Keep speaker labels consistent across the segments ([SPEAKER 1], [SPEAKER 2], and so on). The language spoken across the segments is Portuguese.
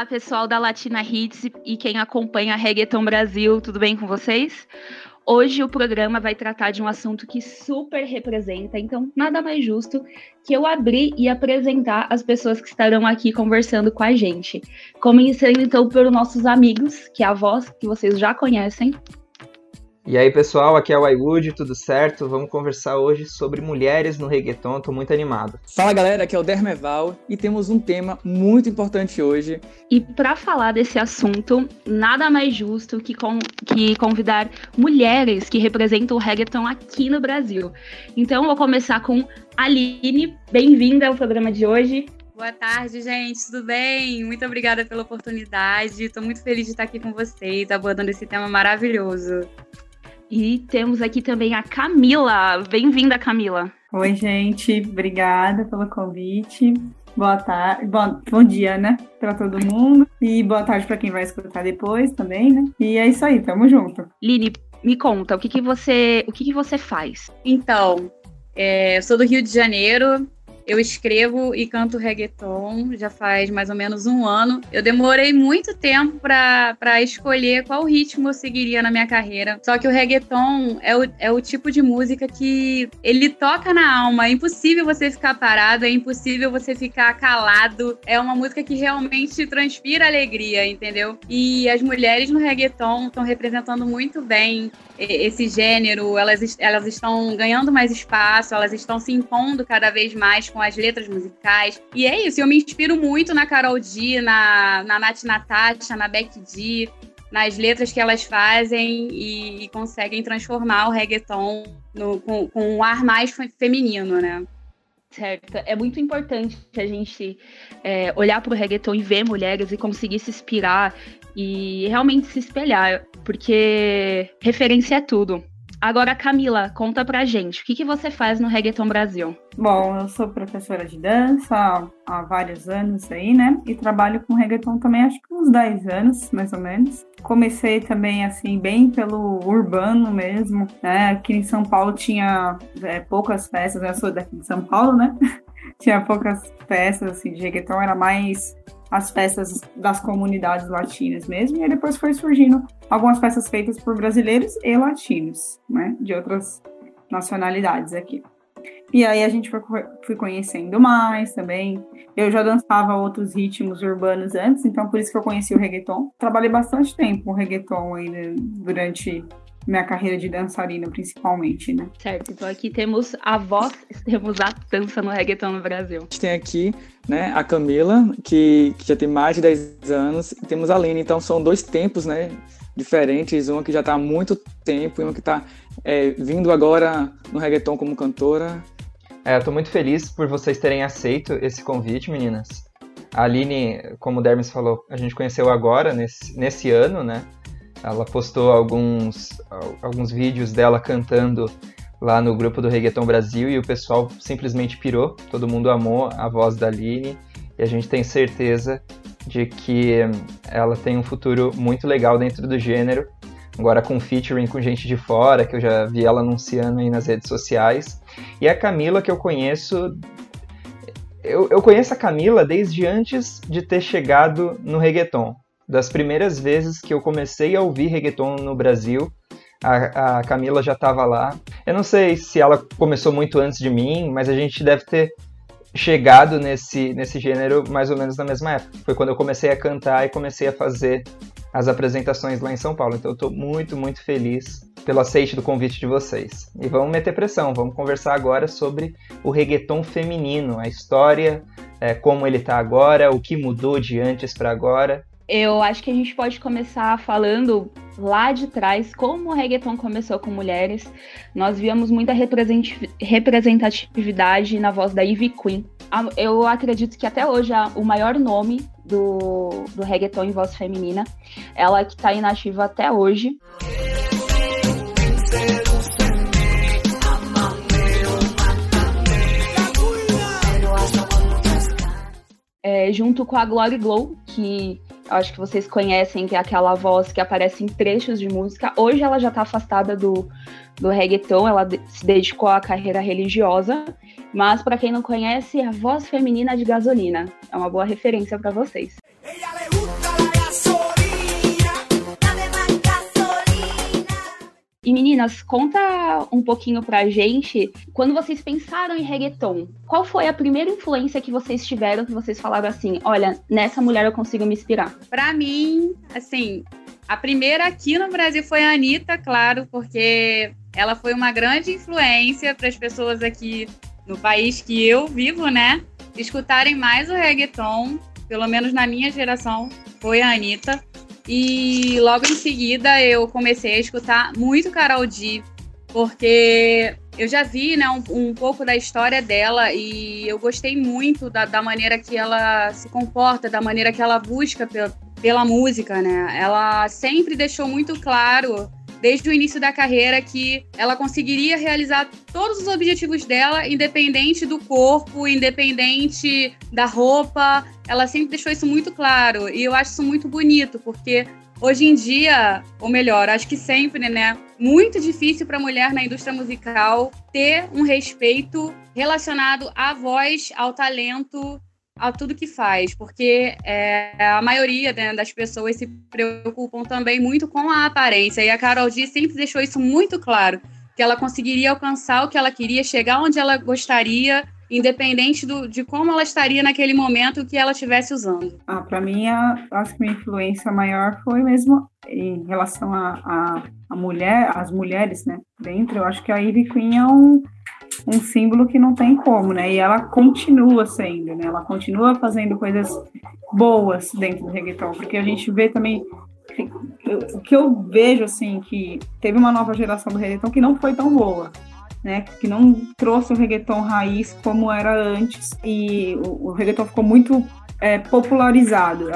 [SPEAKER 1] Olá, pessoal da Latina Hits e quem acompanha Reggaeton Brasil, tudo bem com vocês? Hoje o programa vai tratar de um assunto que super representa, então nada mais justo que eu abrir e apresentar as pessoas que estarão aqui conversando com a gente. Começando então pelos nossos amigos, que é a voz que vocês já conhecem.
[SPEAKER 2] E aí, pessoal, aqui é o iWood, tudo certo? Vamos conversar hoje sobre mulheres no reggaeton, tô muito animado.
[SPEAKER 3] Fala, galera, aqui é o Dermeval e temos um tema muito importante hoje.
[SPEAKER 1] E para falar desse assunto, nada mais justo que convidar mulheres que representam o reggaeton aqui no Brasil. Então, eu vou começar com a Aline. Bem-vinda ao programa de hoje.
[SPEAKER 4] Boa tarde, gente, tudo bem? Muito obrigada pela oportunidade. Estou muito feliz de estar aqui com vocês, abordando esse tema maravilhoso.
[SPEAKER 1] E temos aqui também a Camila. Bem-vinda, Camila.
[SPEAKER 5] Oi, gente. Obrigada pelo convite. Boa tarde. Bom dia, né? Para todo mundo. E boa tarde para quem vai escutar depois também, né? E é isso aí, tamo junto.
[SPEAKER 1] Line, me conta, o que você faz?
[SPEAKER 4] Então, eu sou do Rio de Janeiro. Eu escrevo e canto reggaeton já faz mais ou menos um ano. Eu demorei muito tempo para escolher qual ritmo eu seguiria na minha carreira. Só que o reggaeton é o tipo de música que ele toca na alma. É impossível você ficar parado, é impossível você ficar calado. É uma música que realmente transpira alegria, entendeu? E as mulheres no reggaeton estão representando muito bem esse gênero. Elas estão ganhando mais espaço, elas estão se impondo cada vez mais com as letras musicais. E é isso, eu me inspiro muito na Karol G, na Nath Natasha, na Becky G, nas letras que elas fazem e conseguem transformar o reggaeton com um ar mais feminino, né?
[SPEAKER 1] Certo, é muito importante a gente olhar para o reggaeton e ver mulheres e conseguir se inspirar e realmente se espelhar, porque referência é tudo. Agora, Camila, conta pra gente, o que você faz no Reggaeton Brasil?
[SPEAKER 5] Bom, eu sou professora de dança há vários anos aí, né? E trabalho com reggaeton também, acho que uns 10 anos, mais ou menos. Comecei também, assim, bem pelo urbano mesmo, né? Aqui em São Paulo tinha poucas festas, né? Eu sou daqui de São Paulo, né? Tinha poucas festas, assim, de reggaeton, era mais as festas das comunidades latinas mesmo, e aí depois foi surgindo algumas festas feitas por brasileiros e latinos, né, de outras nacionalidades aqui. E aí a gente foi conhecendo mais também. Eu já dançava outros ritmos urbanos antes, então por isso que eu conheci o reggaeton. Trabalhei bastante tempo com o reggaeton aí durante minha carreira de dançarina, principalmente, né?
[SPEAKER 1] Certo, então aqui temos a voz, temos a dança no reggaeton no Brasil.
[SPEAKER 3] A gente tem aqui, né, a Camila, que já tem mais de 10 anos, e temos a Aline, então são dois tempos, né, diferentes, uma que já está há muito tempo e uma que está vindo agora no reggaeton como cantora.
[SPEAKER 2] Eu tô muito feliz por vocês terem aceito esse convite, meninas. A Aline, como o Dermes falou, a gente conheceu agora, nesse ano, né? Ela postou alguns vídeos dela cantando lá no grupo do Reggaeton Brasil e o pessoal simplesmente pirou. Todo mundo amou a voz da Aline e a gente tem certeza de que ela tem um futuro muito legal dentro do gênero. Agora com featuring com gente de fora, que eu já vi ela anunciando aí nas redes sociais. E a Camila, que eu conheço... Eu conheço a Camila desde antes de ter chegado no reggaeton. Das primeiras vezes que eu comecei a ouvir reggaeton no Brasil, a Camila já estava lá. Eu não sei se ela começou muito antes de mim, mas a gente deve ter chegado nesse gênero mais ou menos na mesma época. Foi quando eu comecei a cantar e comecei a fazer as apresentações lá em São Paulo. Então eu estou muito, muito feliz pelo aceite do convite de vocês. E vamos meter pressão, vamos conversar agora sobre o reggaeton feminino, a história, como ele está agora, o que mudou de antes para agora.
[SPEAKER 1] Eu acho que a gente pode começar falando lá de trás como o reggaeton começou com mulheres. Nós víamos muita representatividade na voz da Ivy Queen. Eu acredito que até hoje o maior nome do reggaeton em voz feminina, ela que está inativa até hoje. Junto com a Glory Glow, que eu acho que vocês conhecem, que é aquela voz que aparece em trechos de música. Hoje ela já está afastada do reggaeton, ela se dedicou à carreira religiosa, mas para quem não conhece, é a voz feminina de Gasolina. É uma boa referência para vocês. E meninas, conta um pouquinho pra gente, quando vocês pensaram em reggaeton, qual foi a primeira influência que vocês tiveram, que vocês falaram assim, olha, nessa mulher eu consigo me inspirar?
[SPEAKER 4] Pra mim, assim, a primeira aqui no Brasil foi a Anitta, claro, porque ela foi uma grande influência para as pessoas aqui no país que eu vivo, né, escutarem mais o reggaeton, pelo menos na minha geração, foi a Anitta. E logo em seguida eu comecei a escutar muito Karol G, porque eu já vi, né, um pouco da história dela e eu gostei muito da maneira que ela se comporta, da maneira que ela busca pela música, né? Ela sempre deixou muito claro, desde o início da carreira, que ela conseguiria realizar todos os objetivos dela, independente do corpo, independente da roupa. Ela sempre deixou isso muito claro. E eu acho isso muito bonito, porque hoje em dia, ou melhor, acho que sempre, né? Muito difícil para a mulher na indústria musical ter um respeito relacionado à voz, ao talento, a tudo que faz, porque a maioria, né, das pessoas se preocupam também muito com a aparência, e a Karol G sempre deixou isso muito claro, que ela conseguiria alcançar o que ela queria, chegar onde ela gostaria, independente de como ela estaria naquele momento que ela estivesse usando.
[SPEAKER 5] Para mim, acho que a minha influência maior foi mesmo em relação a mulher, as mulheres, né, dentro. Eu acho que a Ivy Queen é um símbolo que não tem como, né? E ela continua sendo, né? Ela continua fazendo coisas boas dentro do reggaeton, porque a gente vê também o que eu vejo, assim, que teve uma nova geração do reggaeton que não foi tão boa, né? Que não trouxe o reggaeton raiz como era antes, e o reggaeton ficou muito popularizado.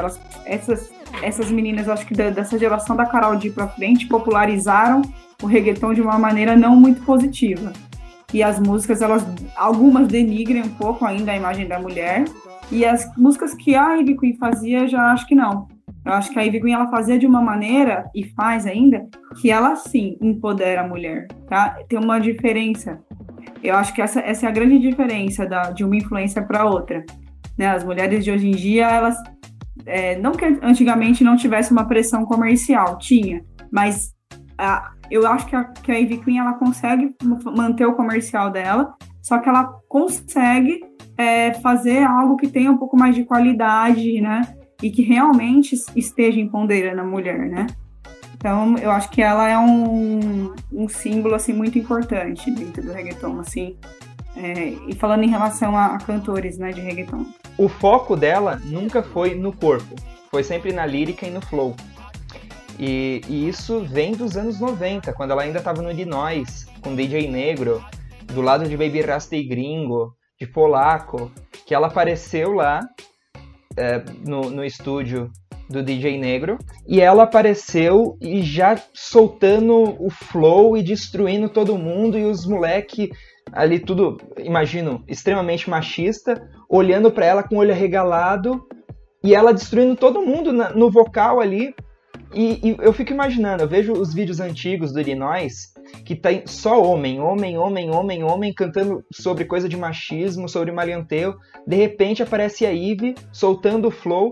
[SPEAKER 5] Essas meninas, acho que dessa geração da Karol G pra frente, popularizaram o reggaeton de uma maneira não muito positiva. E as músicas, algumas denigrem um pouco ainda a imagem da mulher. E as músicas que a Ivy Queen fazia, já acho que não. Eu acho que a Ivy Queen, ela fazia de uma maneira, e faz ainda, que ela, sim, empodera a mulher, tá? Tem uma diferença. Eu acho que essa é a grande diferença de uma influência para outra, né? As mulheres de hoje em dia, elas... não que antigamente não tivesse uma pressão comercial, tinha, mas... eu acho que a Ivy Queen, ela consegue manter o comercial dela, só que ela consegue fazer algo que tenha um pouco mais de qualidade, né? E que realmente esteja empoderando a mulher, né? Então, eu acho que ela é um símbolo, assim, muito importante dentro do reggaeton, assim. E falando em relação a cantores, né, de reggaeton.
[SPEAKER 2] O foco dela nunca foi no corpo, foi sempre na lírica e no flow. E isso vem dos anos 90, quando ela ainda estava no Illinois, com DJ Negro, do lado de Baby Rasta e Gringo, de Polaco, que ela apareceu lá no estúdio do DJ Negro, e ela apareceu e já soltando o flow e destruindo todo mundo, e os moleque ali tudo, imagino, extremamente machista, olhando para ela com o olho arregalado, e ela destruindo todo mundo no vocal ali. E eu fico imaginando, eu vejo os vídeos antigos do Illinois, que tem só homem, cantando sobre coisa de machismo, sobre malianteio. De repente aparece a Ivy soltando o flow.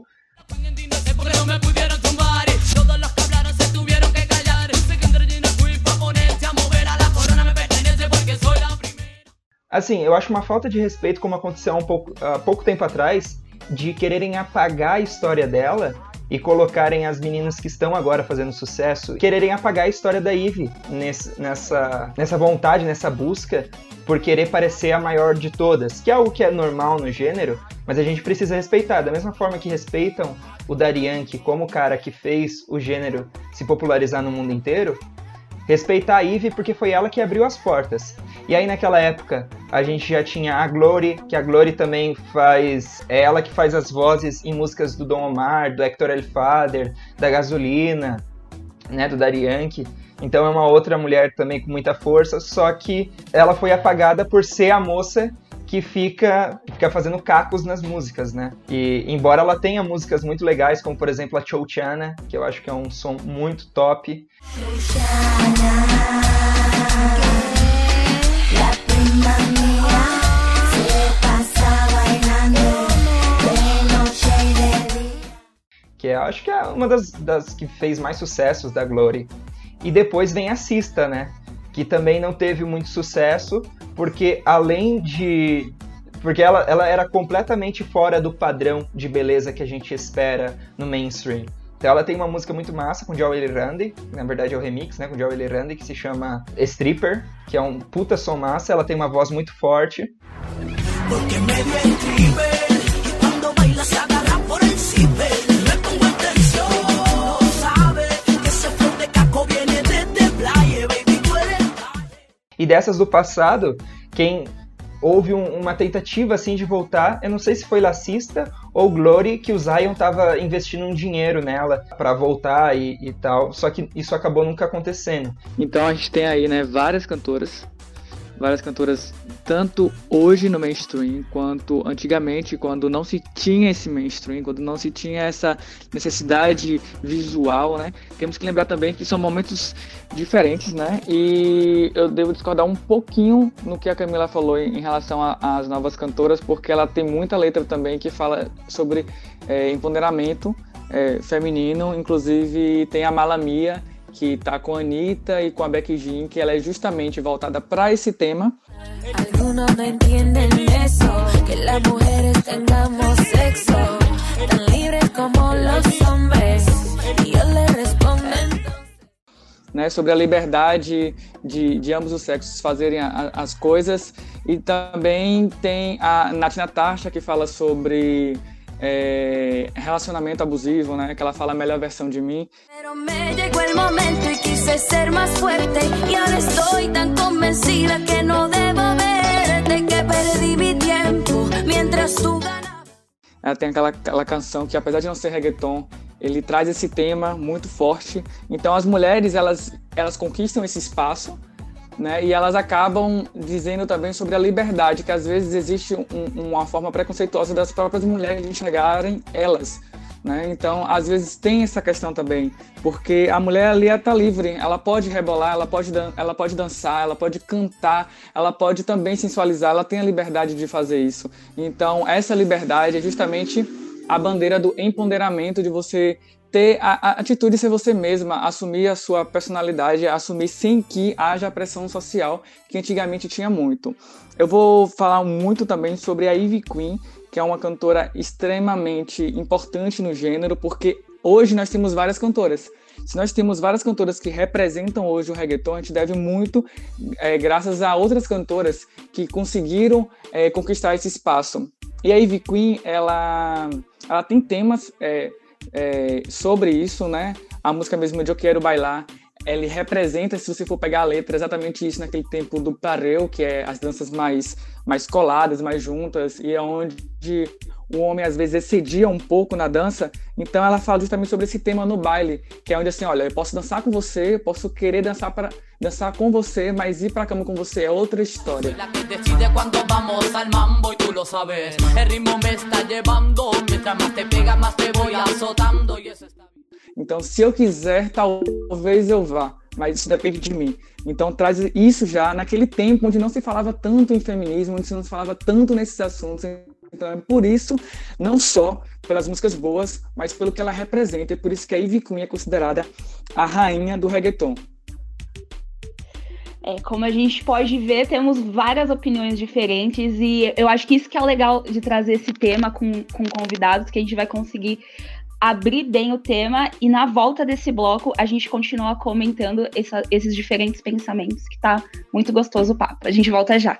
[SPEAKER 2] Assim, eu acho uma falta de respeito, como aconteceu há pouco tempo atrás, de quererem apagar a história dela e colocarem as meninas que estão agora fazendo sucesso, quererem apagar a história da Ivy nessa vontade, nessa busca por querer parecer a maior de todas, que é algo que é normal no gênero, mas a gente precisa respeitar, da mesma forma que respeitam o Daddy Yankee como o cara que fez o gênero se popularizar no mundo inteiro, respeitar a Ivy porque foi ela que abriu as portas. E aí naquela época a gente já tinha a Glory, que a Glory também é ela que faz as vozes em músicas do Don Omar, do Hector El Father, da Gasolina, né, do Daddy Yankee. Então é uma outra mulher também com muita força, só que ela foi apagada por ser a moça que fica fazendo cacos nas músicas, né? E embora ela tenha músicas muito legais, como por exemplo a Chouchana, que eu acho que é um som muito top. Que eu acho que é uma das que fez mais sucessos da Glory. E depois vem a Sista, né? Que também não teve muito sucesso, porque além de... Porque ela era completamente fora do padrão de beleza que a gente espera no mainstream. Então ela tem uma música muito massa com Joel Randy, na verdade é o remix, né, com Joel Randy, que se chama Stripper, que é um puta som massa, ela tem uma voz muito forte. E dessas do passado, quem houve uma tentativa assim de voltar, eu não sei se foi La Sista ou Glory, que o Zion estava investindo um dinheiro nela para voltar e tal, só que isso acabou nunca acontecendo.
[SPEAKER 3] Então a gente tem aí, né, várias cantoras, tanto hoje no mainstream, quanto antigamente, quando não se tinha esse mainstream, quando não se tinha essa necessidade visual, né? Temos que lembrar também que são momentos diferentes, né? E eu devo discordar um pouquinho no que a Camila falou em relação às novas cantoras, porque ela tem muita letra também que fala sobre empoderamento feminino, inclusive tem a Mala Mia, que tá com a Anitta e com a Becky Jean, que ela é justamente voltada para esse tema. Algunos no entienden eso, que las mujeres tengamos sexo, tan libres como los hombres, y yo le respondo. Né, sobre a liberdade de ambos os sexos fazerem as coisas. E também tem a Nath Natasha, que fala sobre relacionamento abusivo, né? Que ela fala a melhor versão de mim. Ela tem aquela canção que, apesar de não ser reggaeton, ele traz esse tema muito forte. Então as mulheres, elas conquistam esse espaço, né? E elas acabam dizendo também sobre a liberdade, que às vezes existe uma forma preconceituosa das próprias mulheres de enxergarem elas, né? Então, às vezes tem essa questão também, porque a mulher ali está livre, ela pode rebolar, ela pode dançar, ela pode cantar, ela pode também sensualizar, ela tem a liberdade de fazer isso. Então, essa liberdade é justamente a bandeira do empoderamento, de você ter a atitude de ser você mesma, assumir a sua personalidade, assumir sem que haja pressão social, que antigamente tinha muito. Eu vou falar muito também sobre a Ivy Queen, que é uma cantora extremamente importante no gênero, porque hoje nós temos várias cantoras. Se nós temos várias cantoras que representam hoje o reggaeton, a gente deve muito graças a outras cantoras que conseguiram conquistar esse espaço. E a Ivy Queen, ela tem temas sobre isso, né? A música mesmo de Eu Quero Bailar, ele representa, se você for pegar a letra, exatamente isso naquele tempo do pareu, que é as danças mais coladas, mais juntas, e é onde o homem às vezes excedia um pouco na dança. Então ela fala justamente sobre esse tema no baile, que é onde assim, olha, eu posso dançar com você, eu posso querer dançar com você, mas ir pra cama com você é outra história. Então, se eu quiser, talvez eu vá, mas isso depende de mim. Então, traz isso já naquele tempo onde não se falava tanto em feminismo, onde não se falava tanto nesses assuntos. Então, é por isso, não só pelas músicas boas, mas pelo que ela representa. É por isso que a Ivy Queen é considerada a rainha do reggaeton.
[SPEAKER 1] Como a gente pode ver, temos várias opiniões diferentes e eu acho que isso que é o legal de trazer esse tema com convidados, que a gente vai conseguir abrir bem o tema e na volta desse bloco a gente continua comentando esses diferentes pensamentos, que tá muito gostoso o papo. A gente volta já.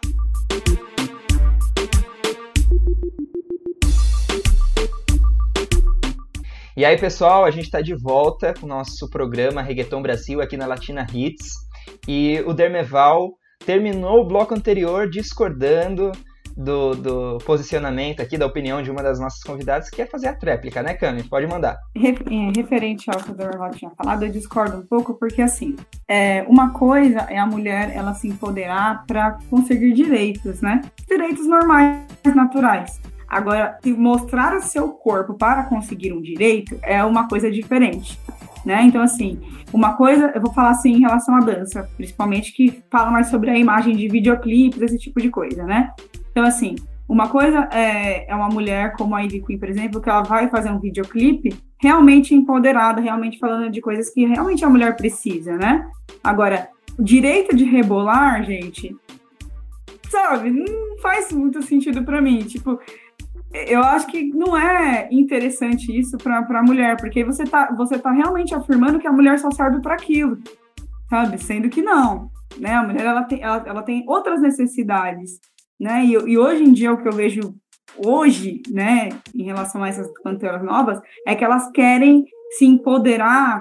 [SPEAKER 2] E aí, pessoal, a gente está de volta com o nosso programa Reggaeton Brasil aqui na Latina Hits. E o Dermeval terminou o bloco anterior discordando do posicionamento aqui, da opinião de uma das nossas convidadas, que é fazer a tréplica, né, Cami? Pode mandar.
[SPEAKER 5] Referente ao que o Dermeval tinha falado, eu discordo um pouco, porque assim, uma coisa é a mulher ela se empoderar para conseguir direitos, né? Direitos normais, naturais. Agora, se mostrar o seu corpo para conseguir um direito é uma coisa diferente, né? Então, assim, uma coisa, eu vou falar assim em relação à dança, principalmente que fala mais sobre a imagem de videoclipes, esse tipo de coisa, né? Então, assim, Uma coisa é uma mulher como a Ivy Queen, por exemplo, que ela vai fazer um videoclipe realmente empoderada, realmente falando de coisas que realmente a mulher precisa, né? Agora, o direito de rebolar, gente, sabe, não faz muito sentido para mim. Tipo, eu acho que não é interessante isso para a mulher, porque você tá realmente afirmando que a mulher só serve para aquilo, sabe? Sendo que não, né? A mulher ela tem outras necessidades, né? E hoje em dia o que eu vejo hoje, né, em relação a essas cantoras novas, é que elas querem se empoderar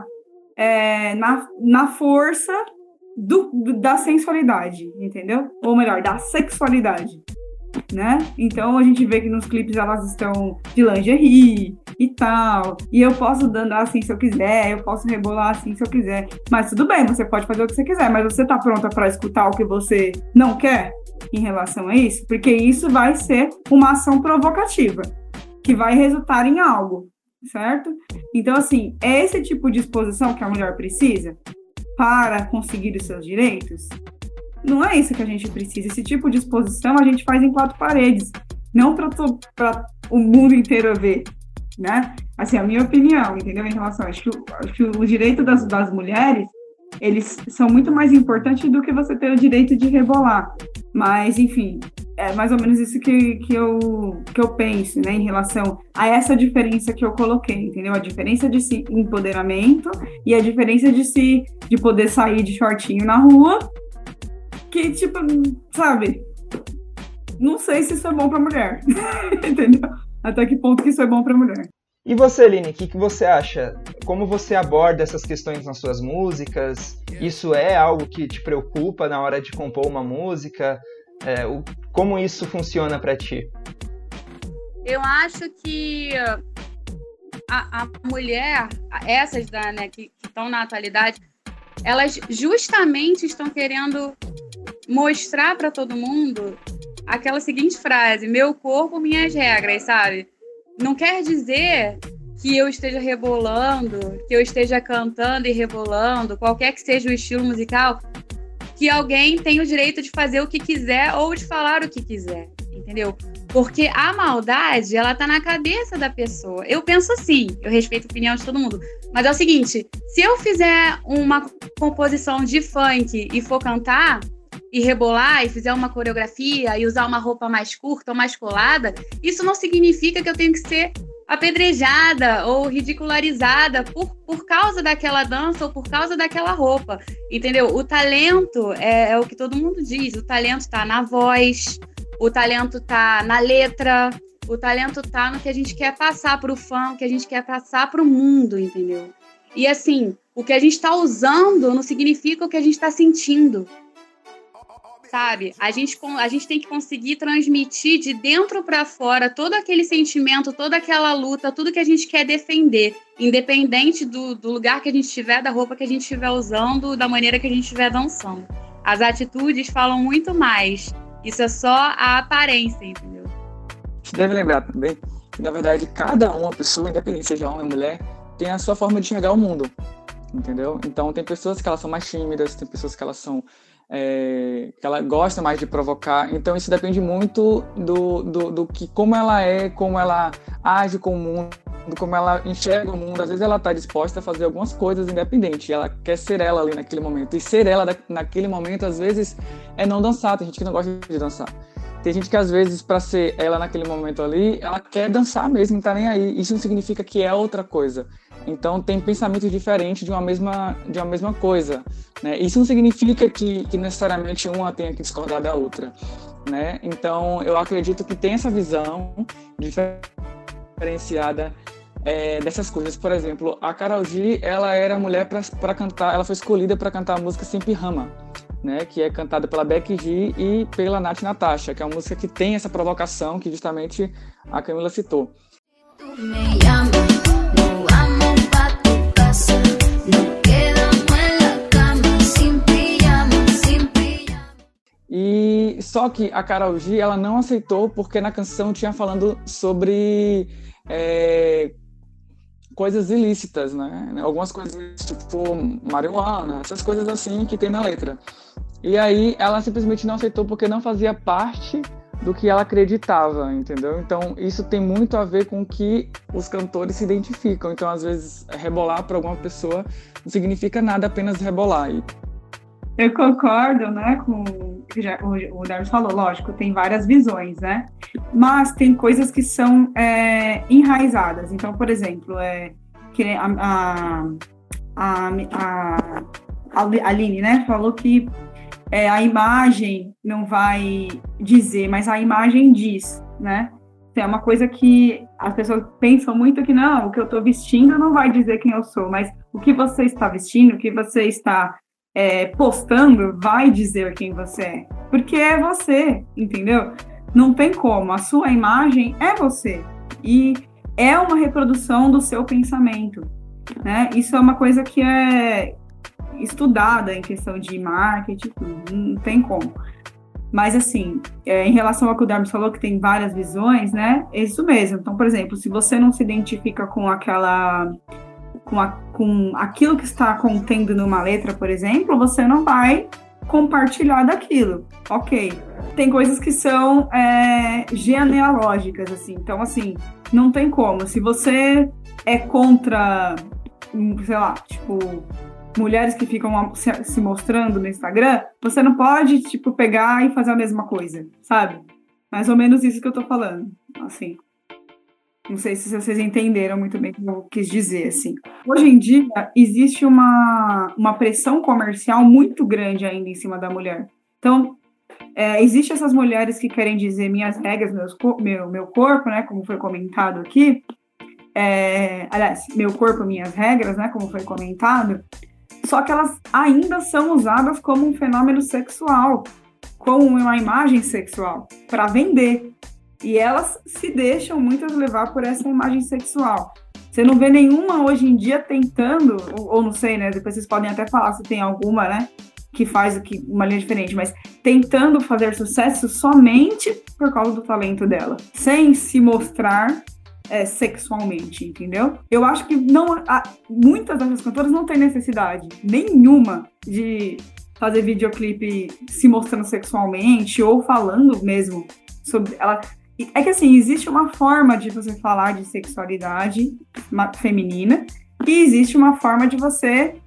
[SPEAKER 5] na força da sensualidade, entendeu? Ou melhor, da sexualidade, né? Então a gente vê que nos clipes elas estão de lingerie e tal, e eu posso andar assim se eu quiser, eu posso rebolar assim se eu quiser, mas tudo bem, você pode fazer o que você quiser, mas você tá pronta para escutar o que você não quer em relação a isso? Porque isso vai ser uma ação provocativa, que vai resultar em algo, certo? Então, assim, é esse tipo de exposição que a mulher precisa para conseguir os seus direitos? Não é isso que a gente precisa. Esse tipo de exposição a gente faz em 4 paredes, não para o mundo inteiro ver, né? Assim, a minha opinião, entendeu? Em relação, acho que o direito das mulheres, eles são muito mais importantes do que você ter o direito de rebolar. Mas, enfim, é mais ou menos isso que eu penso, né, em relação a essa diferença que eu coloquei, entendeu? A diferença de empoderamento e a diferença de poder sair de shortinho na rua, que, tipo, sabe, não sei se isso é bom pra mulher, entendeu? Até que ponto que isso é bom pra mulher.
[SPEAKER 2] E você, Aline, o que você acha? Como você aborda essas questões nas suas músicas? Isso é algo que te preocupa na hora de compor uma música? Como isso funciona para ti?
[SPEAKER 4] Eu acho que a mulher, essas né, que estão na atualidade, elas justamente estão querendo mostrar para todo mundo aquela seguinte frase: meu corpo, minhas regras, sabe? Não quer dizer que eu esteja rebolando, que eu esteja cantando e rebolando, qualquer que seja o estilo musical, que alguém tem o direito de fazer o que quiser ou de falar o que quiser, entendeu? Porque a maldade, ela tá na cabeça da pessoa. Eu penso assim, eu respeito a opinião de todo mundo, mas é o seguinte: se eu fizer uma composição de funk e for cantar e rebolar, e fizer uma coreografia, e usar uma roupa mais curta ou mais colada, isso não significa que eu tenho que ser apedrejada ou ridicularizada por causa daquela dança ou por causa daquela roupa, entendeu? O talento é o que todo mundo diz, o talento tá na voz, o talento tá na letra, o talento tá no que a gente quer passar pro fã, o que a gente quer passar pro mundo, entendeu? E assim, o que a gente tá usando não significa o que a gente tá sentindo, sabe? A gente tem que conseguir transmitir de dentro para fora todo aquele sentimento, toda aquela luta, tudo que a gente quer defender, independente do lugar que a gente estiver, da roupa que a gente estiver usando, da maneira que a gente estiver dançando. As atitudes falam muito mais. Isso é só a aparência, entendeu?
[SPEAKER 3] Você deve lembrar também que, na verdade, cada uma pessoa, independente seja homem ou mulher, tem a sua forma de enxergar o mundo, entendeu? Então, tem pessoas que elas são mais tímidas, tem pessoas que elas são que ela gosta mais de provocar, então isso depende muito do que, como ela é, como ela age com o mundo, como ela enxerga o mundo. Às vezes ela está disposta a fazer algumas coisas independente, ela quer ser ela ali naquele momento, e ser ela naquele momento às vezes é não dançar. Tem gente que não gosta de dançar, tem gente que às vezes, para ser ela naquele momento ali, ela quer dançar mesmo, não tá nem aí. Isso não significa que é outra coisa. Então tem pensamentos diferentes de uma mesma coisa, né? Isso não significa que necessariamente uma tenha que discordar da outra, né? Então eu acredito que tem essa visão diferenciada dessas coisas. Por exemplo, a Karol G, ela era mulher para cantar, ela foi escolhida para cantar a música Sempre Rama, né? Que é cantada pela Becky G e pela Nath Natasha, que é uma música que tem essa provocação que justamente a Camila citou. E só que a Karol G, ela não aceitou porque na canção tinha falando sobre coisas ilícitas, né? Algumas coisas tipo marihuana, essas coisas assim que tem na letra. E aí ela simplesmente não aceitou porque não fazia parte do que ela acreditava, entendeu? Então, isso tem muito a ver com o que os cantores se identificam. Então, às vezes, rebolar para alguma pessoa não significa nada, apenas rebolar.
[SPEAKER 5] Eu concordo, né, com o que o Darwin falou, lógico, tem várias visões, né? Mas tem coisas que são enraizadas. Então, por exemplo, que a Aline, né, falou que a imagem não vai dizer, mas a imagem diz, né? É uma coisa que as pessoas pensam muito que não, o que eu estou vestindo não vai dizer quem eu sou, mas o que você está vestindo, o que você está postando vai dizer quem você é, porque é você, entendeu? Não tem como, a sua imagem é você, e é uma reprodução do seu pensamento, né? Isso é uma coisa que é estudada em questão de marketing, não tem como. Mas, assim, em relação ao que o Darwin falou, que tem várias visões, né? É isso mesmo. Então, por exemplo, se você não se identifica com aquilo que está contendo numa letra, por exemplo, você não vai compartilhar daquilo. Ok. Tem coisas que são genealógicas, assim. Então, assim, não tem como. Se você é contra, sei lá, tipo, mulheres que ficam se mostrando no Instagram, você não pode, tipo, pegar e fazer a mesma coisa, sabe? Mais ou menos isso que eu tô falando, assim. Não sei se vocês entenderam muito bem o que eu quis dizer, assim. Hoje em dia, existe uma pressão comercial muito grande ainda em cima da mulher. Então, existem essas mulheres que querem dizer minhas regras, meu corpo, né, como foi comentado aqui. Aliás, meu corpo, minhas regras, né, como foi comentado. Só que elas ainda são usadas como um fenômeno sexual, como uma imagem sexual, para vender. E elas se deixam muitas levar por essa imagem sexual. Você não vê nenhuma hoje em dia tentando, ou não sei, né? Depois vocês podem até falar se tem alguma, né? Que faz uma linha diferente, mas tentando fazer sucesso somente por causa do talento dela, sem se mostrar sexualmente, entendeu? Eu acho que muitas dessas cantoras não têm necessidade nenhuma de fazer videoclipe se mostrando sexualmente ou falando mesmo sobre ela. É que assim, existe uma forma de você falar de sexualidade feminina e existe uma forma de você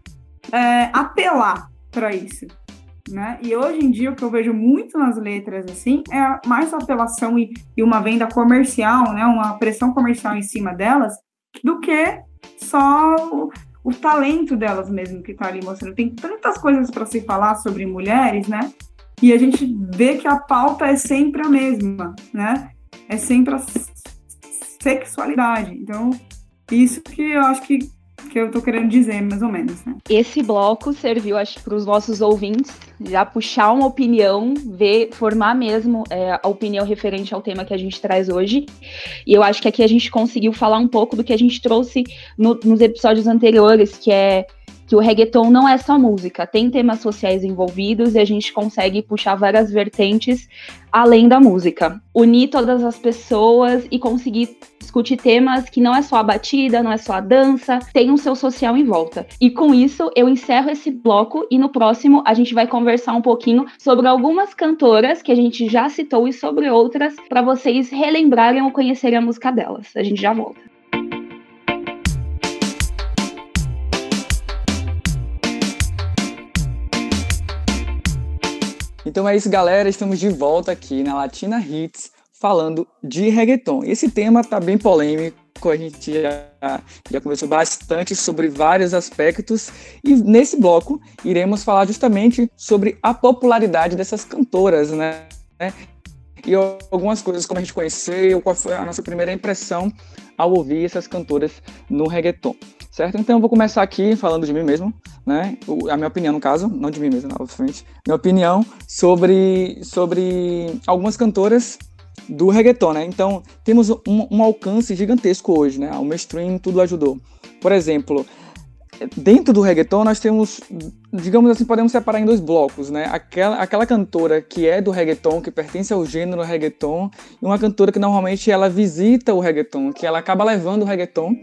[SPEAKER 5] apelar para isso, né? E hoje em dia o que eu vejo muito nas letras assim é mais apelação e uma venda comercial, né? Uma pressão comercial em cima delas do que só o talento delas mesmo que tá ali mostrando. Tem tantas coisas para se falar sobre mulheres, né? E a gente vê que a pauta é sempre a mesma, né? É sempre a sexualidade. Então, isso que eu acho que eu tô querendo dizer, mais ou menos, né?
[SPEAKER 1] Esse bloco serviu, acho, para os nossos ouvintes já puxar uma opinião, formar mesmo a opinião referente ao tema que a gente traz hoje. E eu acho que aqui a gente conseguiu falar um pouco do que a gente trouxe nos episódios anteriores, que o reggaeton não é só música, tem temas sociais envolvidos e a gente consegue puxar várias vertentes além da música. Unir todas as pessoas e conseguir discutir temas que não é só a batida, não é só a dança, tem um seu social em volta. E com isso, eu encerro esse bloco e no próximo a gente vai conversar um pouquinho sobre algumas cantoras que a gente já citou e sobre outras para vocês relembrarem ou conhecerem a música delas. A gente já volta.
[SPEAKER 3] Então é isso, galera, estamos de volta aqui na Latina Hits falando de reggaeton. Esse tema tá bem polêmico, a gente já conversou bastante sobre vários aspectos e nesse bloco iremos falar justamente sobre a popularidade dessas cantoras, né? E algumas coisas, como a gente conheceu, qual foi a nossa primeira impressão ao ouvir essas cantoras no reggaeton, certo? Então eu vou começar aqui falando de mim mesmo, né? A minha opinião, no caso, não de mim mesmo, obviamente. Minha opinião sobre algumas cantoras do reggaeton, né? Então, temos um alcance gigantesco hoje, né? O mainstream tudo ajudou. Por exemplo, dentro do reggaeton nós temos, digamos assim, podemos separar em dois blocos, né? Aquela cantora que é do reggaeton, que pertence ao gênero reggaeton, e uma cantora que normalmente ela visita o reggaeton, que ela acaba levando o reggaeton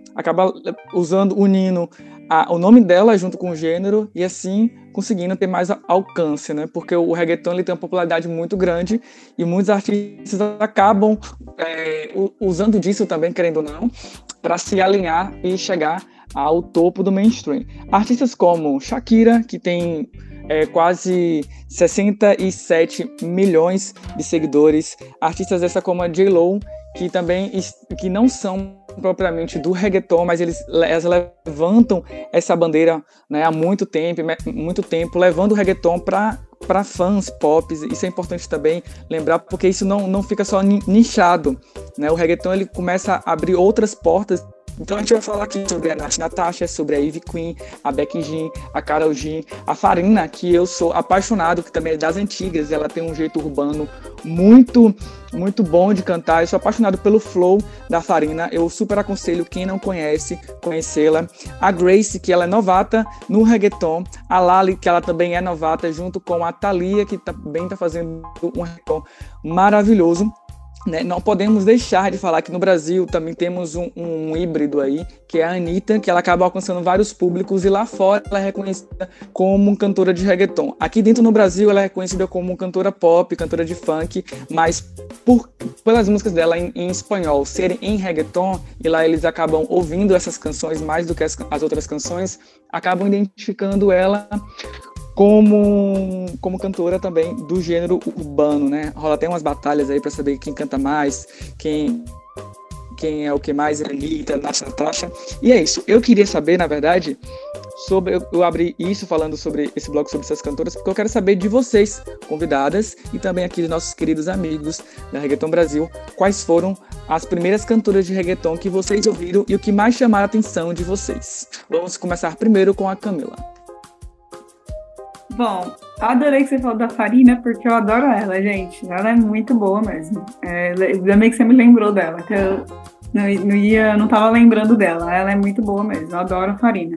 [SPEAKER 3] acaba unindo o nome dela junto com o gênero e assim conseguindo ter mais alcance, né? Porque o reggaeton ele tem uma popularidade muito grande e muitos artistas acabam usando disso também, querendo ou não, para se alinhar e chegar ao topo do mainstream. Artistas como Shakira, que tem quase 67 milhões de seguidores, artistas dessa como a J.Lo, que não são propriamente do reggaeton, mas elas levantam essa bandeira, né, há muito tempo, levando o reggaeton para fãs pop. Isso é importante também lembrar, porque isso não fica só nichado, né? O reggaeton ele começa a abrir outras portas. Então a gente vai falar aqui sobre a Nath Natasha, sobre a Ivy Queen, a Becky G, a Karol G, a Farina, que eu sou apaixonado, que também é das antigas, ela tem um jeito urbano muito, muito bom de cantar. Eu sou apaixonado pelo flow da Farina, eu super aconselho quem não conhece, conhecê-la. A Grace, que ela é novata no reggaeton, a Lali, que ela também é novata, junto com a Thalia, que também está fazendo um reggaeton maravilhoso. Né? Não podemos deixar de falar que no Brasil também temos um híbrido aí, que é a Anitta, que ela acaba alcançando vários públicos, e lá fora ela é reconhecida como cantora de reggaeton. Aqui dentro no Brasil ela é reconhecida como cantora pop, cantora de funk, mas pelas músicas dela em espanhol serem em reggaeton, e lá eles acabam ouvindo essas canções mais do que as outras canções, acabam identificando ela como cantora também do gênero urbano, né? Rola até umas batalhas aí para saber quem canta mais, quem é o que mais, Anitta, Nath Natasha. E é isso. Eu queria saber, na verdade, eu abri isso falando sobre esse bloco sobre essas cantoras, porque eu quero saber de vocês, convidadas, e também aqui dos nossos queridos amigos da Reggaeton Brasil, quais foram as primeiras cantoras de reggaeton que vocês ouviram e o que mais chamaram a atenção de vocês. Vamos começar primeiro com a Camila.
[SPEAKER 5] Bom, adorei que você falou da Farina, porque eu adoro ela, gente. Ela é muito boa mesmo. Ainda bem que você me lembrou dela, que eu não tava lembrando dela. Ela é muito boa mesmo, eu adoro a Farina.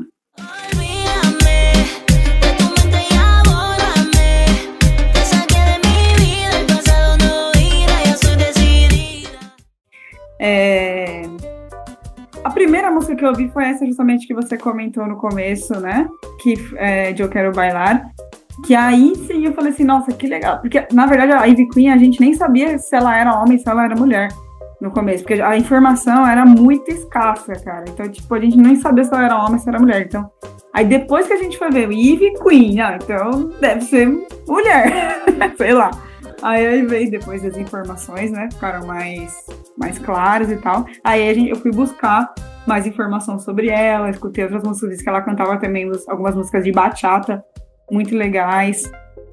[SPEAKER 5] A primeira música que eu ouvi foi essa justamente que você comentou no começo, né? Que é de Eu Quero Bailar. Que aí sim eu falei assim, nossa, que legal. Porque, na verdade, a Ivy Queen, a gente nem sabia se ela era homem, se ela era mulher no começo. Porque a informação era muito escassa, cara. Então, tipo, a gente nem sabia se ela era homem, se ela era mulher. Então, aí depois que a gente foi ver Ivy Queen, então deve ser mulher. Sei lá. Aí veio depois as informações, né? Ficaram mais claras e tal. Aí eu fui buscar mais informação sobre ela, escutei outras músicas que ela cantava também, algumas músicas de bachata muito legais.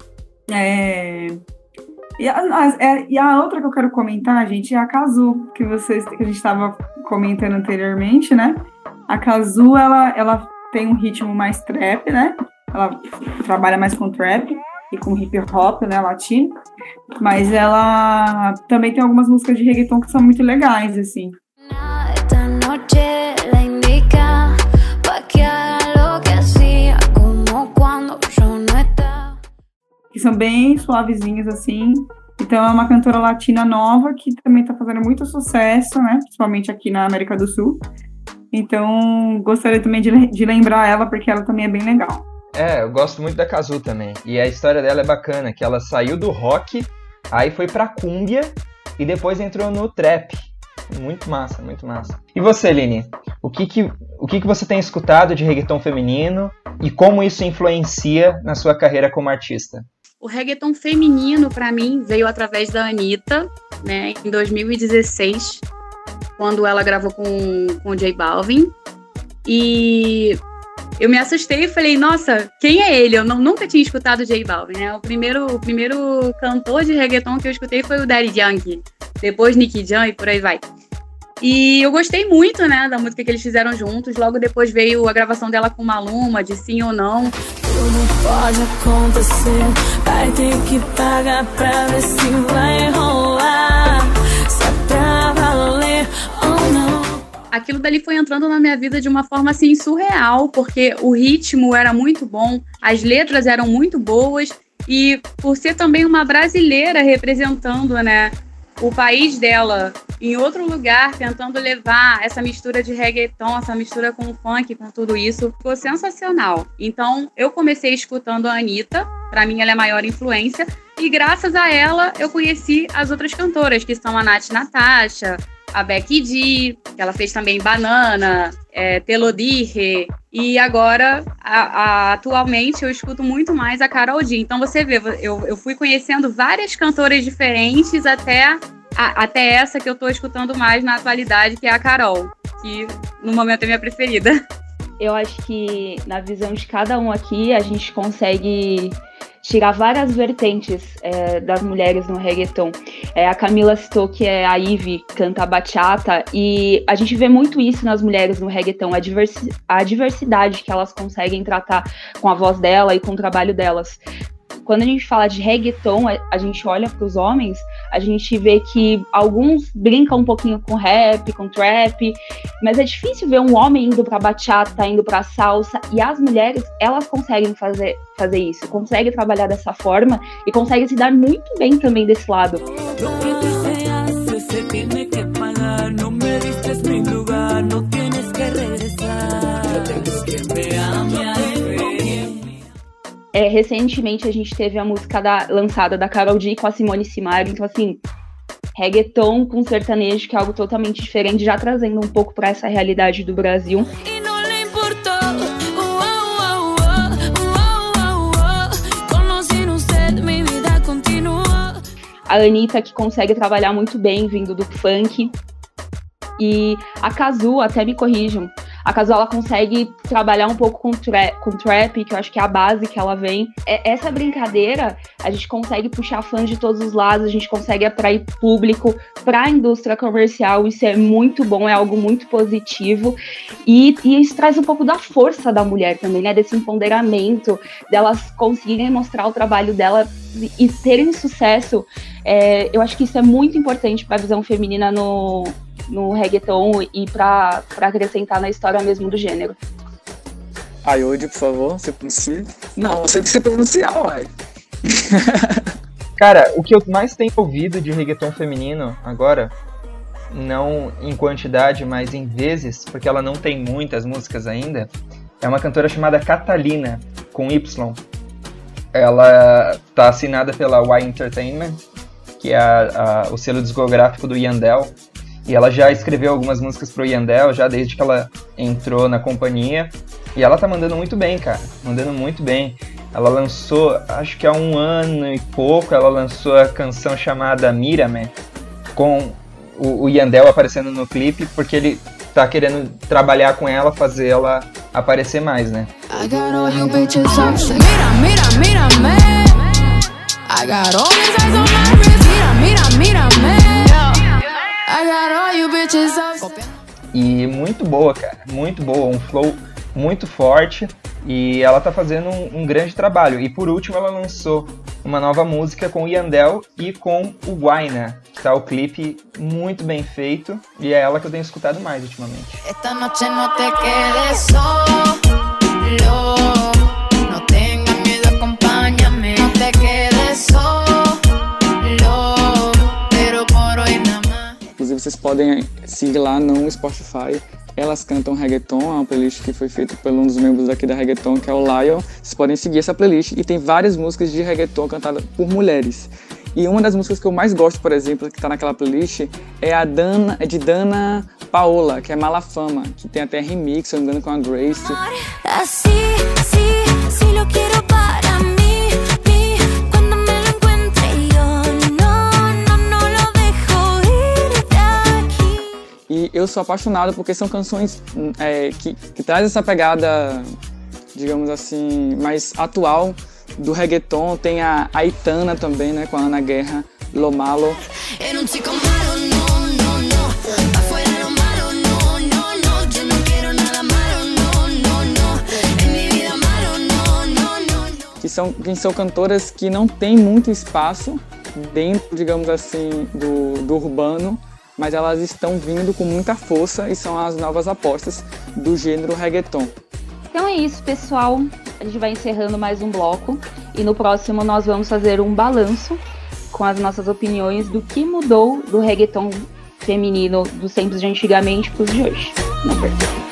[SPEAKER 5] E a outra que eu quero comentar, gente, é a Cazzu, que a gente estava comentando anteriormente, né? A Cazzu, ela tem um ritmo mais trap, né? Ela trabalha mais com trap e com hip hop, né, latino. Mas ela também tem algumas músicas de reggaeton que são muito legais, assim. Que são bem suavezinhas, assim. Então é uma cantora latina nova que também tá fazendo muito sucesso, né? Principalmente aqui na América do Sul. Então gostaria também de lembrar ela, porque ela também é bem legal.
[SPEAKER 2] Eu gosto muito da Cazzu também. E a história dela é bacana, que ela saiu do rock, aí foi pra cúmbia e depois entrou no trap. Muito massa, muito massa. E você, Lini? O que você tem escutado de reggaeton feminino e como isso influencia na sua carreira como artista?
[SPEAKER 4] O reggaeton feminino, pra mim, veio através da Anitta, né, em 2016, quando ela gravou com o J Balvin. E eu me assustei e falei, nossa, quem é ele? Eu nunca tinha escutado o J Balvin, né? O primeiro cantor de reggaeton que eu escutei foi o Daddy Yankee, depois Nicky Jam e por aí vai. E eu gostei muito, né, da música que eles fizeram juntos. Logo depois veio a gravação dela com Maluma, de Sim ou Não.
[SPEAKER 6] Tudo pode acontecer, vai ter que pagar pra ver se vai rolar, se é pra valer ou não.
[SPEAKER 4] Aquilo dali foi entrando na minha vida de uma forma assim surreal, porque o ritmo era muito bom, as letras eram muito boas, e por ser também uma brasileira representando, né, o país dela em outro lugar, tentando levar essa mistura de reggaeton, essa mistura com funk, com tudo isso. Ficou sensacional. Então, eu comecei escutando a Anitta, pra mim ela é a maior influência, e graças a ela eu conheci as outras cantoras, que são a Nath Natasha, a Becky G, que ela fez também Banana, Telodire, e agora, atualmente, eu escuto muito mais a Karol G. Então você vê, eu fui conhecendo várias cantoras diferentes até essa que eu tô escutando mais na atualidade, que é a Karol, que no momento é minha preferida.
[SPEAKER 1] Eu acho que na visão de cada um aqui, a gente consegue tirar várias vertentes das mulheres no reggaeton. A Camila citou que a Ivy canta bachata, e a gente vê muito isso nas mulheres no reggaeton, a diversidade que elas conseguem tratar com a voz dela e com o trabalho delas. Quando a gente fala de reggaeton, a gente olha para os homens, a gente vê que alguns brincam um pouquinho com rap, com trap, mas é difícil ver um homem indo para bachata, indo para salsa, e as mulheres, elas conseguem fazer isso, conseguem trabalhar dessa forma e conseguem se dar muito bem também desse lado. Recentemente a gente teve a música lançada da Karol G com a Simone Simaria, então assim, reggaeton com sertanejo, que é algo totalmente diferente, já trazendo um pouco para essa realidade do Brasil. A Anitta, que consegue trabalhar muito bem vindo do funk, e a Cazzu, até me corrijam, a Cazzu, ela consegue trabalhar um pouco com trap, que eu acho que é a base que ela vem. Essa brincadeira, a gente consegue puxar fãs de todos os lados, a gente consegue atrair público para a indústria comercial. Isso é muito bom, é algo muito positivo. E isso traz um pouco da força da mulher também, né? Desse empoderamento, delas conseguirem mostrar o trabalho dela e terem sucesso. Eu acho que isso é muito importante para a visão feminina no reggaeton e para acrescentar na história mesmo do gênero.
[SPEAKER 3] Ayode, por favor, você pronuncia. Não, você tem que se pronunciar, uai.
[SPEAKER 2] Cara, o que eu mais tenho ouvido de reggaeton feminino agora, não em quantidade, mas em vezes, porque ela não tem muitas músicas ainda, é uma cantora chamada Catalina, com Y. Ela tá assinada pela Y Entertainment, que é o selo discográfico do Yandel. E ela já escreveu algumas músicas pro Yandel, já desde que ela entrou na companhia. E ela tá mandando muito bem, cara. Mandando muito bem. Ela lançou, acho que há 1 ano e pouco, ela lançou a canção chamada Mírame, com o Yandel aparecendo no clipe, porque ele tá querendo trabalhar com ela, fazer ela aparecer mais, né? I got all you bitches up. Mírame. I got all these eyes on my wrist. Mírame. E muito boa, cara, muito boa, um flow muito forte, e ela tá fazendo um grande trabalho. E por último ela lançou uma nova música com o Yandel e com o Guayna, que tá o clipe muito bem feito, e é ela que eu tenho escutado mais ultimamente. Esta noche no te quedes solo, no tengas miedo, acompáñame, no te quedes solo.
[SPEAKER 3] Inclusive, vocês podem seguir lá no Spotify. Elas Cantam Reggaeton, é uma playlist que foi feita por um dos membros aqui da Reggaeton, que é o Lion. Vocês podem seguir essa playlist e tem várias músicas de reggaeton cantadas por mulheres. E uma das músicas que eu mais gosto, por exemplo, que tá naquela playlist, é de Dana Paola, que é Malafama, que tem até remix, se eu não me engano, com a Grace. E eu sou apaixonado porque são canções que trazem essa pegada, digamos assim, mais atual do reggaeton. Tem a Aitana também, né, com a Ana Guerra, Lo Malo. Que são cantoras que não têm muito espaço dentro, digamos assim, do urbano, mas elas estão vindo com muita força e são as novas apostas do gênero reggaeton.
[SPEAKER 1] Então é isso, pessoal. A gente vai encerrando mais um bloco e no próximo nós vamos fazer um balanço com as nossas opiniões do que mudou do reggaeton feminino dos tempos de antigamente pros de hoje. Não percebo.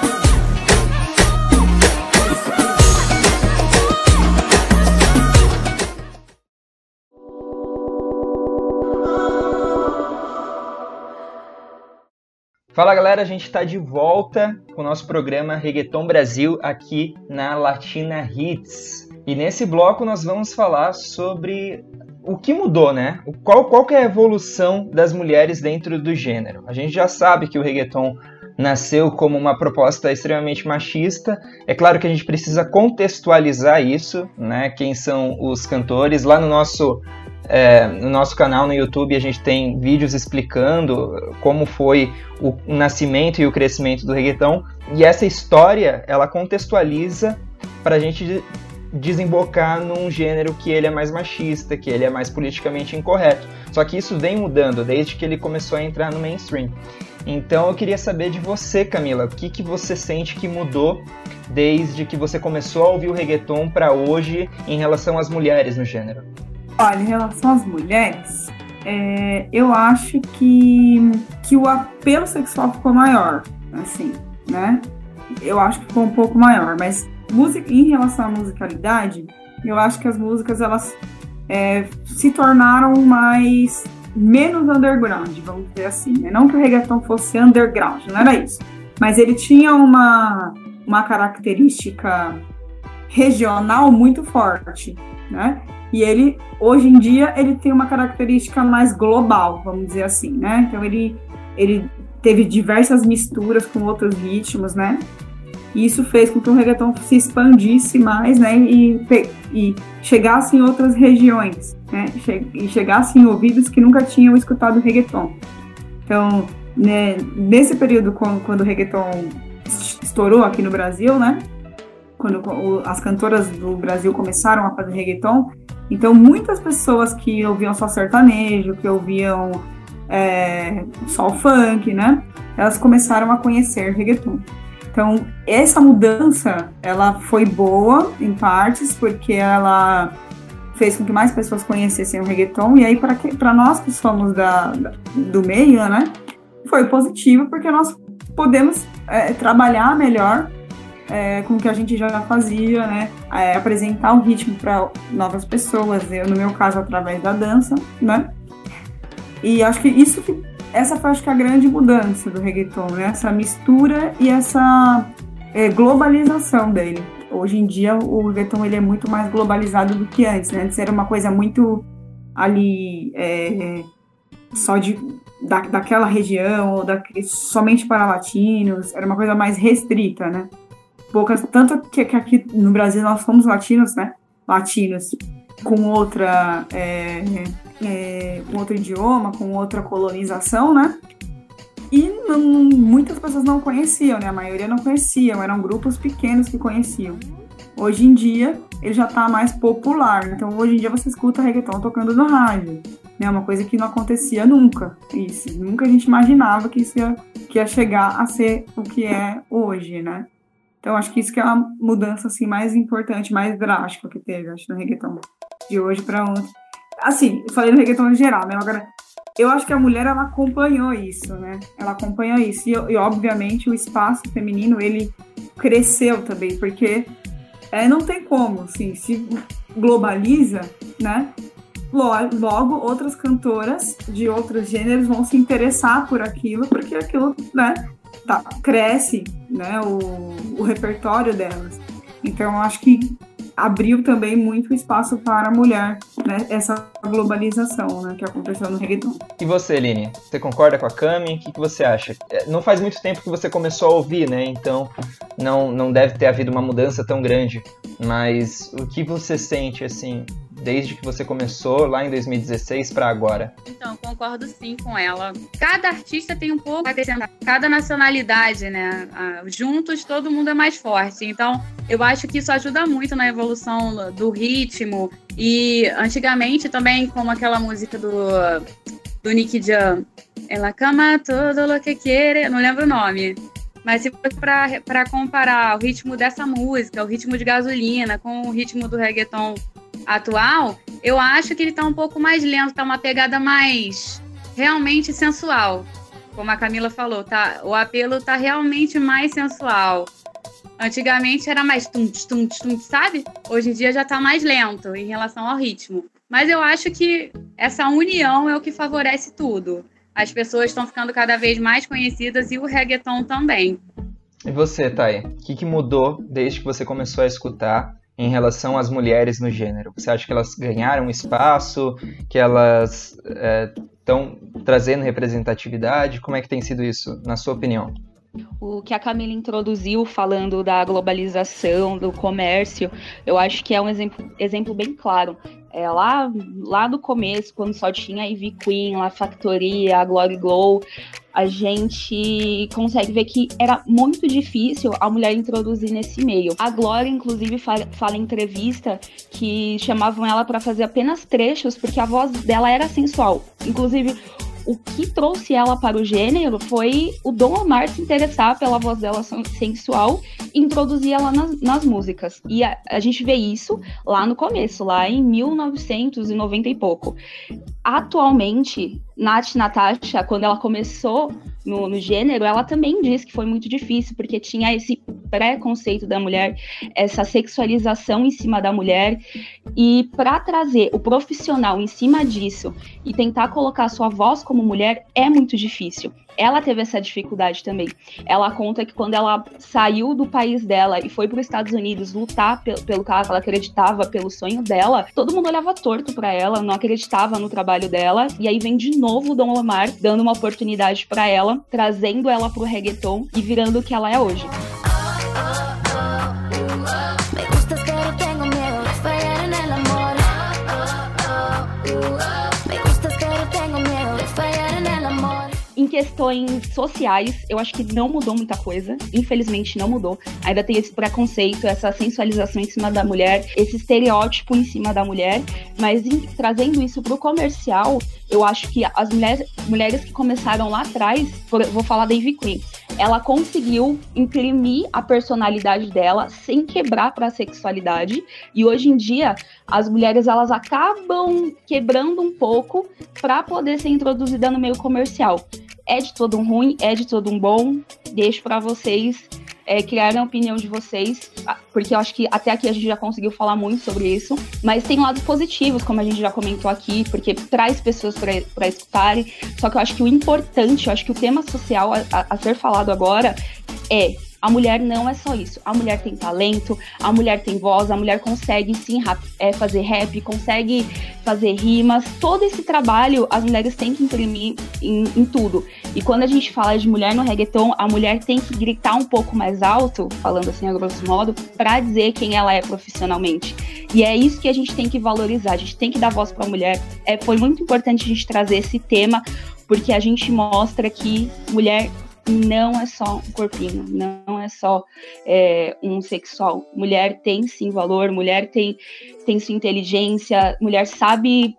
[SPEAKER 2] Fala galera, a gente está de volta com o nosso programa Reggaeton Brasil aqui na Latina Hits. E nesse bloco nós vamos falar sobre o que mudou, né? Qual que é a evolução das mulheres dentro do gênero. A gente já sabe que o reggaeton nasceu como uma proposta extremamente machista. É claro que a gente precisa contextualizar isso, né? Quem são os cantores. Lá no nosso canal no YouTube a gente tem vídeos explicando como foi o nascimento e o crescimento do reggaeton, e essa história ela contextualiza para a gente desembocar num gênero que ele é mais machista, que ele é mais politicamente incorreto. Só que isso vem mudando desde que ele começou a entrar no mainstream. Então eu queria saber de você, Camila, o que você sente que mudou desde que você começou a ouvir o reggaeton para hoje em relação às mulheres no gênero?
[SPEAKER 5] Olha, em relação às mulheres, eu acho que o apelo sexual ficou maior, assim, né? Eu acho que ficou um pouco maior, mas em relação à musicalidade, eu acho que as músicas, elas se tornaram menos underground, vamos dizer assim, né? Não que o reggaeton fosse underground, não era isso, mas ele tinha uma característica regional muito forte, né? E ele, hoje em dia, ele tem uma característica mais global, vamos dizer assim, né? Então ele teve diversas misturas com outros ritmos, né? E isso fez com que o reggaeton se expandisse mais, né? E chegasse em outras regiões, né? E chegasse em ouvidos que nunca tinham escutado reggaeton. Então, né, nesse período, quando o reggaeton estourou aqui no Brasil, né? Quando as cantoras do Brasil começaram a fazer reggaeton, então muitas pessoas que ouviam só sertanejo, que ouviam só o funk, né? Elas começaram a conhecer reggaeton. Então, essa mudança, ela foi boa, em partes, porque ela fez com que mais pessoas conhecessem o reggaeton, e aí para nós que somos do meio, né? Foi positivo, porque nós podemos trabalhar melhor com o que a gente já fazia, né? Apresentar o ritmo para novas pessoas, no meu caso, através da dança, né? E acho que essa foi, acho que, a grande mudança do reggaeton, né? Essa mistura e essa globalização dele. Hoje em dia, o reggaeton ele é muito mais globalizado do que antes, né? Antes era uma coisa muito ali, só daquela região, ou somente para latinos, era uma coisa mais restrita, né? Tanto que aqui no Brasil nós somos latinos, né? Latinos com outro idioma, com outra colonização, né? E muitas pessoas não conheciam, né? A maioria não conheciam, eram grupos pequenos que conheciam. Hoje em dia, ele já está mais popular. Então, hoje em dia, você escuta reggaeton tocando no rádio, né? Uma coisa que não acontecia nunca. Isso, nunca a gente imaginava que isso ia chegar a ser o que é hoje, né? Então, acho que isso que é uma mudança assim, mais importante, mais drástica que teve, acho, no reggaeton. De hoje para ontem. Assim, eu falei no reggaeton em geral, né? Agora, eu acho que a mulher, ela acompanhou isso, né? Ela acompanhou isso. E obviamente, o espaço feminino, ele cresceu também, porque não tem como, assim, se globaliza, né? Logo, outras cantoras de outros gêneros vão se interessar por aquilo, porque aquilo, né? Cresce, né, o repertório delas. Então, eu acho que abriu também muito espaço para a mulher, né, essa globalização, né, que aconteceu no reggaeton.
[SPEAKER 2] E você, Aline? Você concorda com a Cami? O que você acha? Não faz muito tempo que você começou a ouvir, né? Então, não deve ter havido uma mudança tão grande. Mas o que você sente, assim, desde que você começou lá em 2016 para agora?
[SPEAKER 4] Então, concordo sim com ela. Cada artista tem um pouco a acrescentar, cada nacionalidade, né? Juntos todo mundo é mais forte. Então, eu acho que isso ajuda muito na evolução do ritmo. E antigamente também, como aquela música do Nicky Jam, Ela cama todo lo que quiere, não lembro o nome. Mas se for para comparar o ritmo dessa música, o ritmo de Gasolina com o ritmo do reggaeton atual, eu acho que ele tá um pouco mais lento, tá uma pegada mais realmente sensual. como a Camila falou, tá, o apelo tá realmente mais sensual. Antigamente era mais tum, sabe? Hoje em dia já tá mais lento em relação ao ritmo. Mas eu acho que essa união é o que favorece tudo. As pessoas estão ficando cada vez mais conhecidas e o reggaeton também.
[SPEAKER 2] E você, Thay? O que mudou desde que você começou a escutar em relação às mulheres no gênero? Você acha que elas ganharam espaço, que elas estão trazendo representatividade? Como é que tem sido isso, na sua opinião?
[SPEAKER 1] O que a Camila introduziu falando da globalização, do comércio, eu acho que é um exemplo bem claro. Lá do começo, quando só tinha a Ivy Queen, a Factoria, a Glory Glow, a gente consegue ver que era muito difícil a mulher introduzir nesse meio. A Glory, inclusive, fala em entrevista que chamavam ela para fazer apenas trechos, porque a voz dela era sensual. Inclusive, o que trouxe ela para o gênero foi o Don Omar se interessar pela voz dela sensual e introduzir ela nas músicas. E a gente vê isso lá no começo, lá em 1990 e pouco. Atualmente, Nath Natasha, quando ela começou no gênero, ela também diz que foi muito difícil, porque tinha esse preconceito da mulher, essa sexualização em cima da mulher, e para trazer o profissional em cima disso e tentar colocar sua voz como mulher é muito difícil. Ela teve essa dificuldade também. Ela conta que quando ela saiu do país dela e foi para os Estados Unidos lutar pelo que ela acreditava, pelo sonho dela, todo mundo olhava torto para ela, não acreditava no trabalho dela. E aí vem de novo o Don Omar dando uma oportunidade para ela, trazendo ela pro reggaeton e virando o que ela é hoje. Em questões sociais, eu acho que não mudou muita coisa. Infelizmente, não mudou. Ainda tem esse preconceito, essa sensualização em cima da mulher, esse estereótipo em cima da mulher. Mas trazendo isso pro comercial, eu acho que as mulheres que começaram lá atrás, vou falar da Ivy Queen, ela conseguiu imprimir a personalidade dela sem quebrar para a sexualidade. E hoje em dia, as mulheres elas acabam quebrando um pouco para poder ser introduzida no meio comercial. É de todo um ruim, é de todo um bom. Deixo para vocês criarem a opinião de vocês, porque eu acho que até aqui a gente já conseguiu falar muito sobre isso, mas tem lados positivos, como a gente já comentou aqui, porque traz pessoas para escutarem. Só que eu acho que o importante, eu acho que o tema social a ser falado agora é: a mulher não é só isso. A mulher tem talento, a mulher tem voz, a mulher consegue sim fazer rap, consegue fazer rimas. Todo esse trabalho as mulheres têm que imprimir em tudo. E quando a gente fala de mulher no reggaeton, a mulher tem que gritar um pouco mais alto, falando assim a grosso modo, pra dizer quem ela é profissionalmente. E é isso que a gente tem que valorizar, a gente tem que dar voz pra mulher. Foi muito importante a gente trazer esse tema, porque a gente mostra que mulher não é só um corpinho, não é só um sexual. Mulher tem sim valor, mulher tem sua inteligência, mulher sabe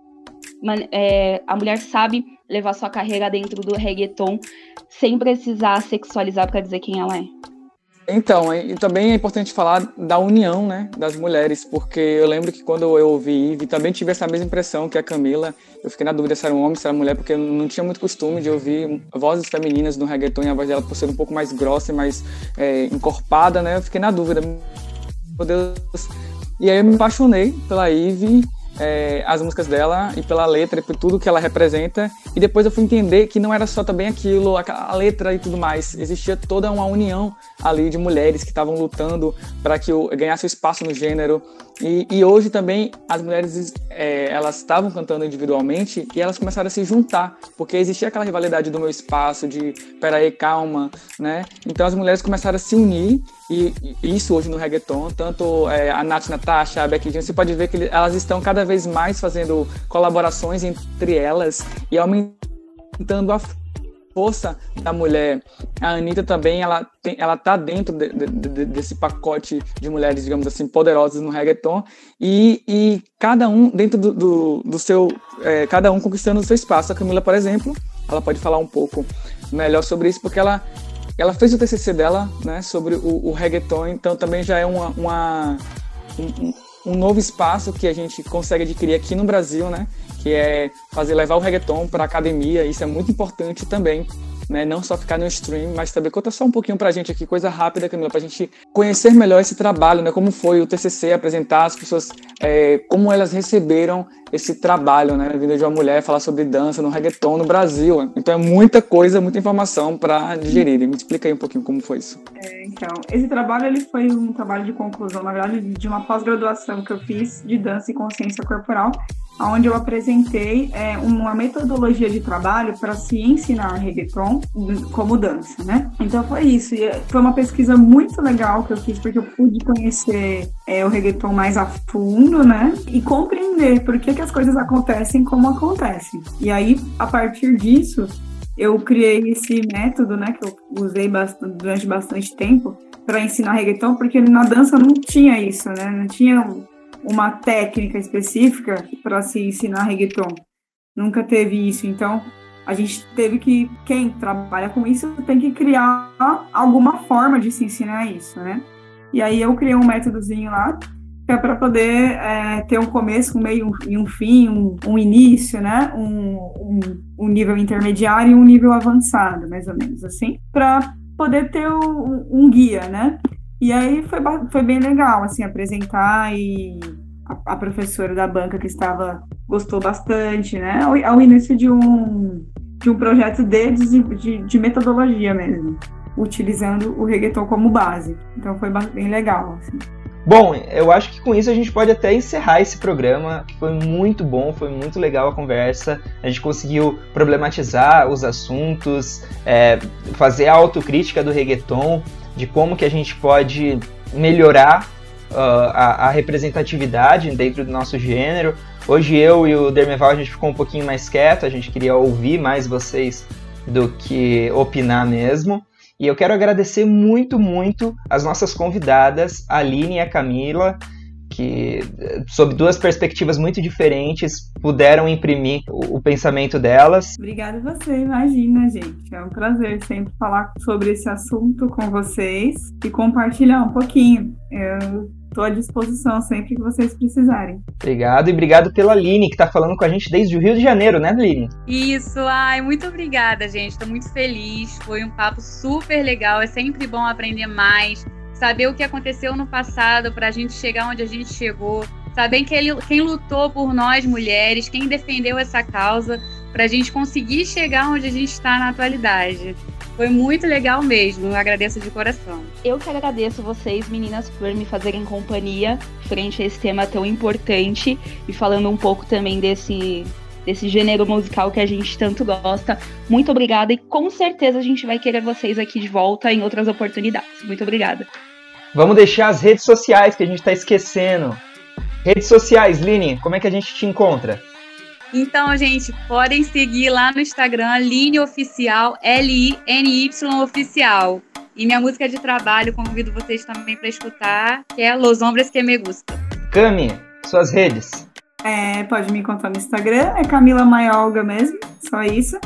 [SPEAKER 1] a mulher sabe levar sua carreira dentro do reggaeton sem precisar sexualizar para dizer quem ela é.
[SPEAKER 3] Então, e também é importante falar da união, né, das mulheres, porque eu lembro que quando eu ouvi Ivy, também tive essa mesma impressão que a Camila. Eu fiquei na dúvida se era um homem, se era mulher, porque eu não tinha muito costume de ouvir vozes femininas no reggaeton, e a voz dela por ser um pouco mais grossa e mais encorpada, né, eu fiquei na dúvida, meu Deus. E aí eu me apaixonei pela Ivy, as músicas dela e pela letra e por tudo que ela representa, e depois eu fui entender que não era só também aquilo, a letra e tudo mais, existia toda uma união ali de mulheres que estavam lutando para que ganhasse o espaço no gênero. E hoje também as mulheres elas estavam cantando individualmente e elas começaram a se juntar, porque existia aquela rivalidade do meu espaço, de peraí, calma, né? Então as mulheres começaram a se unir, e isso hoje no reggaeton, tanto a Nath Natasha, a Becky G, você pode ver que elas estão cada vez mais fazendo colaborações entre elas e aumentando a força da mulher. A Anitta também, ela tá dentro desse pacote de mulheres, digamos assim, poderosas no reggaeton, e cada um dentro do seu, cada um conquistando o seu espaço. A Camila, por exemplo, ela pode falar um pouco melhor sobre isso, porque ela fez o TCC dela, né, sobre o reggaeton, então também já é um um novo espaço que a gente consegue adquirir aqui no Brasil, né? Que é levar o reggaeton para a academia. Isso é muito importante também, né? Não só ficar no stream, mas também conta só um pouquinho pra gente aqui, coisa rápida, Camila, pra gente conhecer melhor esse trabalho, né? Como foi o TCC, apresentar as pessoas, como elas receberam esse trabalho, né? Vinda de uma mulher falar sobre dança no reggaeton no Brasil. Então é muita coisa, muita informação para digerir. Me explica aí um pouquinho como foi isso.
[SPEAKER 5] Então, esse trabalho ele foi um trabalho de conclusão, na verdade, de uma pós-graduação que eu fiz de dança e consciência corporal, onde eu apresentei uma metodologia de trabalho para se ensinar reggaeton como dança, né? Então foi isso. E foi uma pesquisa muito legal que eu fiz, porque eu pude conhecer o reggaeton mais a fundo, né? E compreender por que as coisas acontecem como acontecem. E aí, a partir disso, eu criei esse método, né? Que eu usei durante bastante tempo para ensinar reggaeton, porque na dança não tinha isso, né? Não tinha uma técnica específica para se ensinar reggaeton. Nunca teve isso. Então, a gente teve que, quem trabalha com isso, tem que criar alguma forma de se ensinar isso, né? E aí eu criei um métodozinho lá, que é para poder ter um começo, um meio e um fim, um início, né? Um nível intermediário e um nível avançado, mais ou menos assim, para poder ter um guia, né? E aí foi bem legal, assim, apresentar, e a professora da banca que gostou bastante, né? Ao início de um projeto deles de metodologia mesmo, utilizando o reggaeton como base. Então foi bem legal, assim.
[SPEAKER 2] Bom, eu acho que com isso a gente pode até encerrar esse programa, que foi muito bom, foi muito legal a conversa, a gente conseguiu problematizar os assuntos, fazer a autocrítica do reggaeton, de como que a gente pode melhorar a representatividade dentro do nosso gênero. Hoje eu e o Dermeval, a gente ficou um pouquinho mais quieto, a gente queria ouvir mais vocês do que opinar mesmo. E eu quero agradecer muito, muito as nossas convidadas, a Aline e a Camila, que, sob duas perspectivas muito diferentes, puderam imprimir o pensamento delas.
[SPEAKER 5] Obrigada a você, imagina, gente. É um prazer sempre falar sobre esse assunto com vocês e compartilhar um pouquinho. Eu estou à disposição sempre que vocês precisarem.
[SPEAKER 2] Obrigado, e obrigado pela Aline, que está falando com a gente desde o Rio de Janeiro, né, Aline?
[SPEAKER 4] Isso, muito obrigada, gente. Estou muito feliz. Foi um papo super legal. É sempre bom aprender mais, saber o que aconteceu no passado para a gente chegar onde a gente chegou, saber quem lutou por nós, mulheres, quem defendeu essa causa, para a gente conseguir chegar onde a gente está na atualidade. Foi muito legal mesmo, eu agradeço de coração.
[SPEAKER 1] Eu que agradeço vocês, meninas, por me fazerem companhia frente a esse tema tão importante e falando um pouco também desse gênero musical que a gente tanto gosta. Muito obrigada, e com certeza a gente vai querer vocês aqui de volta em outras oportunidades. Muito obrigada.
[SPEAKER 2] Vamos deixar as redes sociais que a gente está esquecendo. Redes sociais, Line, como é que a gente te encontra?
[SPEAKER 4] Então, gente, podem seguir lá no Instagram, Line Oficial, LINY Oficial. E minha música de trabalho, convido vocês também para escutar, que é Los Hombres que Me Gusta.
[SPEAKER 2] Cami, suas redes.
[SPEAKER 5] Pode me encontrar no Instagram, é Camila Maiolga mesmo, só isso.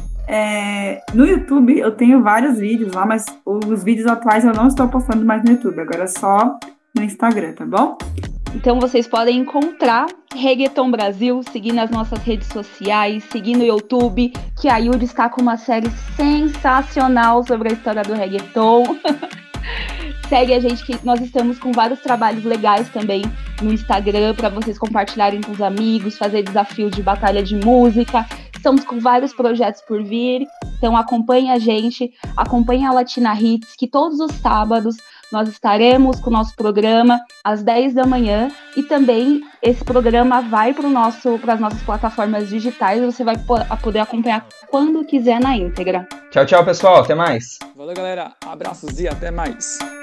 [SPEAKER 5] No YouTube eu tenho vários vídeos lá, mas os vídeos atuais eu não estou postando mais no YouTube, agora é só no Instagram, tá bom?
[SPEAKER 1] Então vocês podem encontrar Reggaeton Brasil, seguir nas nossas redes sociais, seguir no YouTube, que a Yuri está com uma série sensacional sobre a história do reggaeton. Segue a gente, que nós estamos com vários trabalhos legais também no Instagram para vocês compartilharem com os amigos, fazer desafio de batalha de música. Estamos com vários projetos por vir, então acompanhe a gente, acompanhe a Latina Hits, que todos os sábados nós estaremos com o nosso programa às 10 da manhã, e também esse programa vai para as nossas plataformas digitais, você vai poder acompanhar quando quiser na íntegra.
[SPEAKER 2] Tchau, tchau, pessoal, até mais.
[SPEAKER 3] Valeu, galera, abraços e até mais.